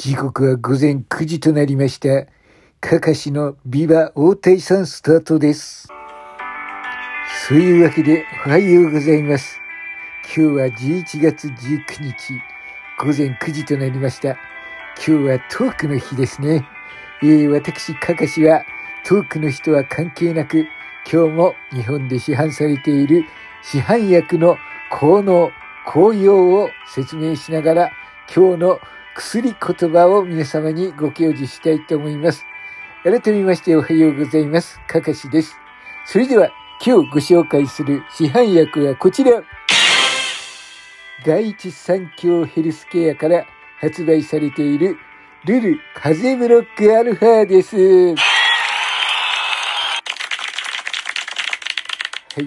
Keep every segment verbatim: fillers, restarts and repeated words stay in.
時刻は午前くじとなりました。かかしのビバ大谷さんスタートです。そういうわけでおはようございます。今日はじゅういちがつじゅうくにち午前くじとなりました。今日はトークの日ですね。えー、私かかしはトークの日とは関係なく、今日も日本で市販されている市販薬の効能効用を説明しながら、今日の薬言葉を皆様にご教示したいと思います。改めましておはようございます。かかしです。それでは今日ご紹介する市販薬はこちら。第一三共ヘルスケアから発売されているルル風邪ブロックアルファです。はい。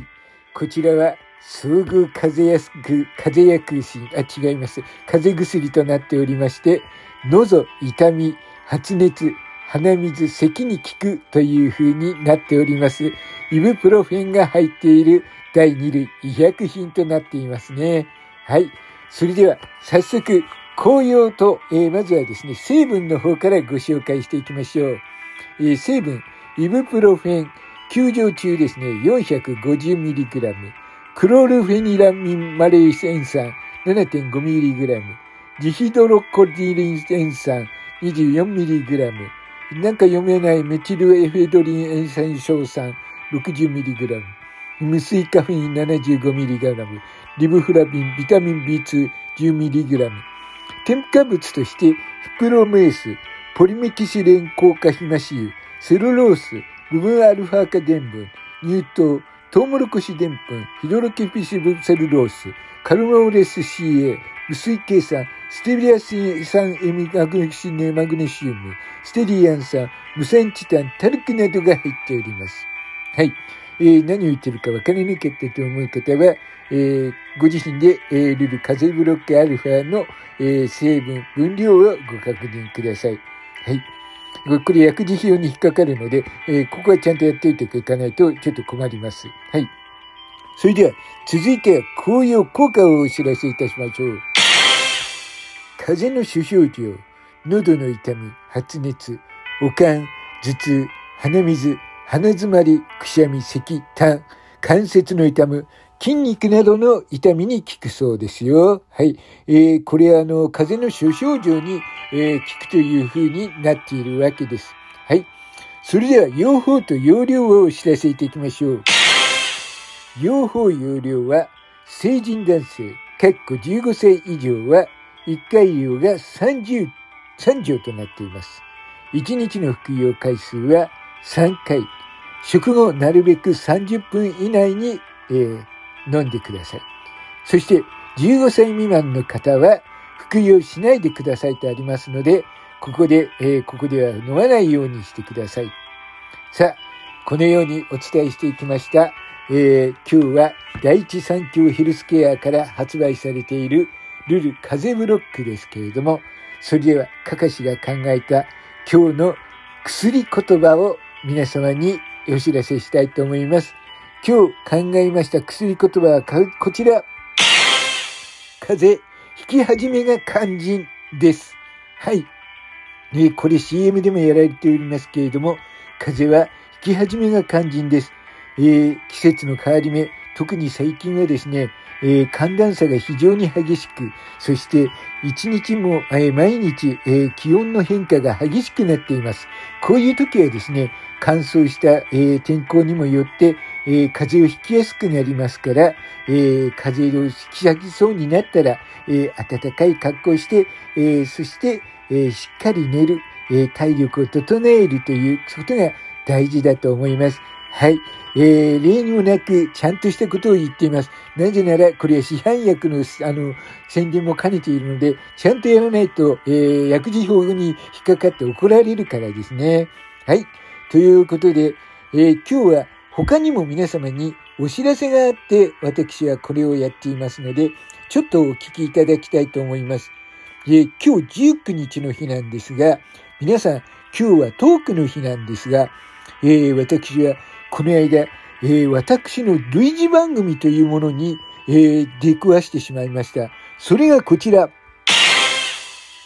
こちらは総合風邪薬、風邪薬品、あ、違います。風邪薬となっておりまして、喉、痛み、発熱、鼻水、咳に効くという風になっております。イブプロフェンが入っているだいに類医薬品となっていますね。はい。それでは、早速、効用と、えー、まずはですね、成分の方からご紹介していきましょう。えー、成分、イブプロフェン、休場中ですね、よんひゃくごじゅうミリグラム。クロルフェニラミンマレイス塩酸 ななてんごミリグラム、ジヒドロコディリン塩酸 にじゅうよんミリグラム、なんか読めないメチルエフェドリン塩酸硝酸 ろくじゅうミリグラム、無水カフェイン ななじゅうごミリグラム、リブフラビン、ビタミン ビーツー じゅうミリグラム、添加物としてフクロメース、ポリメキシレン硬化皮麻油、セルロース、部分アルファ化伝分、乳糖、トウモロコシでんぷん、ヒドロケピシブセルロース、カルモーレス シーエー、無水計酸、ステビア酸エミマグネシネマグネシウム、ステリアン酸、無酸チタン、タルクなどが入っております。はい。えー、何を言ってるか分からなかったと思う方は、えー、ご自身で、えー、ルル風邪ブロックアルファの、えー、成分、分量をご確認ください。はい。これ薬事費用に引っかかるので、えー、ここはちゃんとやっておいていかないとちょっと困ります。はい。それでは、続いては効用効果をお知らせいたしましょう。風邪の諸症状、喉の痛み、発熱、悪寒、頭痛、鼻水、鼻詰まり、くしゃみ、咳、痰、関節の痛む、筋肉などの痛みに効くそうですよ。はい。えー、これはあの、風邪の諸症状に、えー、効くという風になっているわけです。はい。それでは、用法と用量をお知らせていきましょう。用法用量は、成人男性、かっこじゅうごさい以上はいっかい量がさんじゅう、さん錠となっています。いちにちの服用回数はさんかい。食後なるべくさんじゅっぷん以内に、えー飲んでください。そしてじゅうごさい未満の方は服用しないでくださいとありますので、ここで、えー、ここでは飲まないようにしてください。さあ、このようにお伝えしていきました。えー、今日は第一三共ヘルスケアから発売されているルル風邪ブロックですけれども、それではかかしが考えた今日の薬言葉を皆様にお知らせしたいと思います。今日考えました薬言葉はこちら。風邪、引き始めが肝心です。はい。えー、これ シーエム でもやられておりますけれども、風邪は引き始めが肝心です。えー、季節の変わり目、特に最近はですね、えー、寒暖差が非常に激しく、そして一日も、えー、毎日、えー、気温の変化が激しくなっています。こういう時はですね、乾燥した、えー、天候にもよって、えー、風邪をひきやすくなりますから、えー、風邪をひきやすそうになったら、えー、暖かい格好をして、えー、そして、えー、しっかり寝る、えー、体力を整えるということが大事だと思います。はい。えー、例にもなく、ちゃんとしたことを言っています。なぜなら、これは市販薬の、あの、宣伝も兼ねているので、ちゃんとやらないと、えー、薬事法に引っかかって怒られるからですね。はい。ということで、えー、今日は他にも皆様にお知らせがあって、私はこれをやっていますので、ちょっとお聞きいただきたいと思います。えー、今日じゅうくにちの日なんですが、皆さん、今日はトークの日なんですが、えー、私はこの間、えー、私の類似番組というものに、えー、出くわしてしまいました。それがこちら。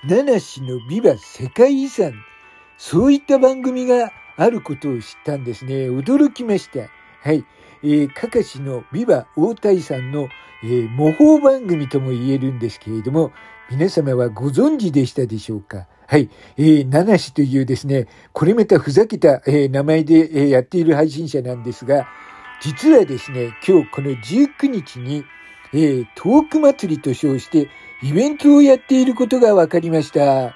七市のビバ世界遺産、そういった番組があることを知ったんですね。驚きました。はい。えー、かかしのビバ大谷さんの、えー、模倣番組とも言えるんですけれども、皆様はご存知でしたでしょうか？はい。えー、七市というですね、これまたふざけた、えー、名前で、えー、やっている配信者なんですが、実はですね、今日このじゅうくにちに、えー、トーク祭りと称してイベントをやっていることが分かりました。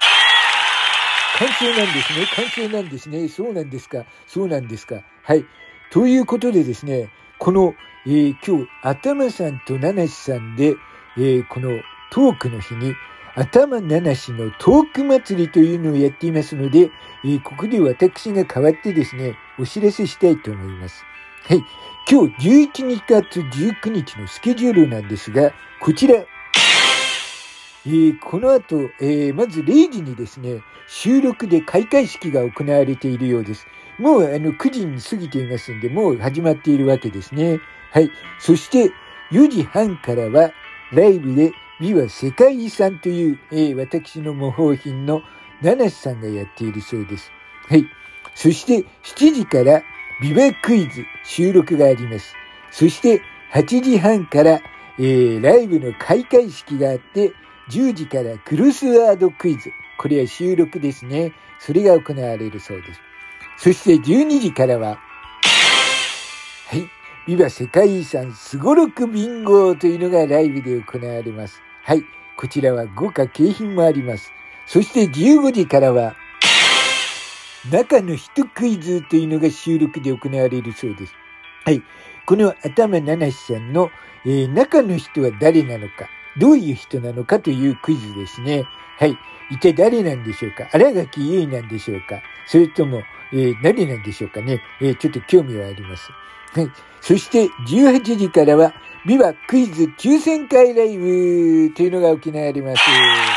完成なんですね。完成なんですね。そうなんですか。そうなんですか。はい。ということでですね、この、えー、今日、頭さんと七しさんで、えー、このトークの日に、頭七しのトーク祭りというのをやっていますので、えー、ここで私が代わってですね、お知らせしたいと思います。はい。今日じゅういちがつじゅうくにちのスケジュールなんですが、こちら。えー、この後、えー、まずれいじにですね、収録で開会式が行われているようです。もうあのくじに過ぎていますんで、もう始まっているわけですね。はい。そしてよじはんからはライブでビバ世界遺産という、えー、私の模倣品の七瀬さんがやっているそうです。はい。そしてしちじからビバクイズ収録があります。そしてはちじはんから、えー、ライブの開会式があって、じゅうじからクロスワードクイズ。これは収録ですね。それが行われるそうです。そしてじゅうにじからは、はい、ビバ世界遺産すごろくビンゴというのがライブで行われます。はい、こちらは豪華景品もあります。そしてじゅうごじからは、中の人クイズというのが収録で行われるそうです。はい、この頭七さんの、えー、中の人は誰なのか、どういう人なのかというクイズですね。はい。一体誰なんでしょうか？新垣結衣なんでしょうか？それとも、えー、何なんでしょうかね？えー、ちょっと興味はあります。はい。そしてじゅうはちじからは、ビバクイズ抽選会ライブというのが行われます。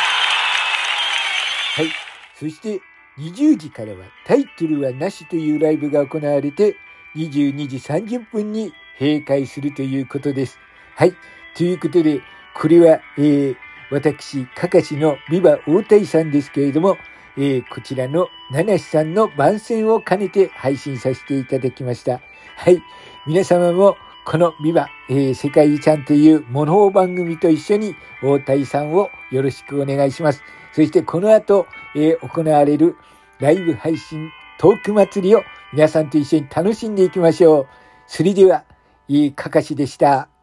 はい。そしてにじゅうじからは、タイトルはなしというライブが行われて、にじゅうにじさんじゅっぷんに閉会するということです。はい。ということで、これは、えー、私、かかしのビバ大谷さんですけれども、えー、こちらの七しさんの番宣を兼ねて配信させていただきました。はい。皆様も、このビバ、えー、世界遺産という模倣番組と一緒に大谷さんをよろしくお願いします。そしてこの後、えー、行われるライブ配信トーク祭りを皆さんと一緒に楽しんでいきましょう。それでは、いいかかしでした。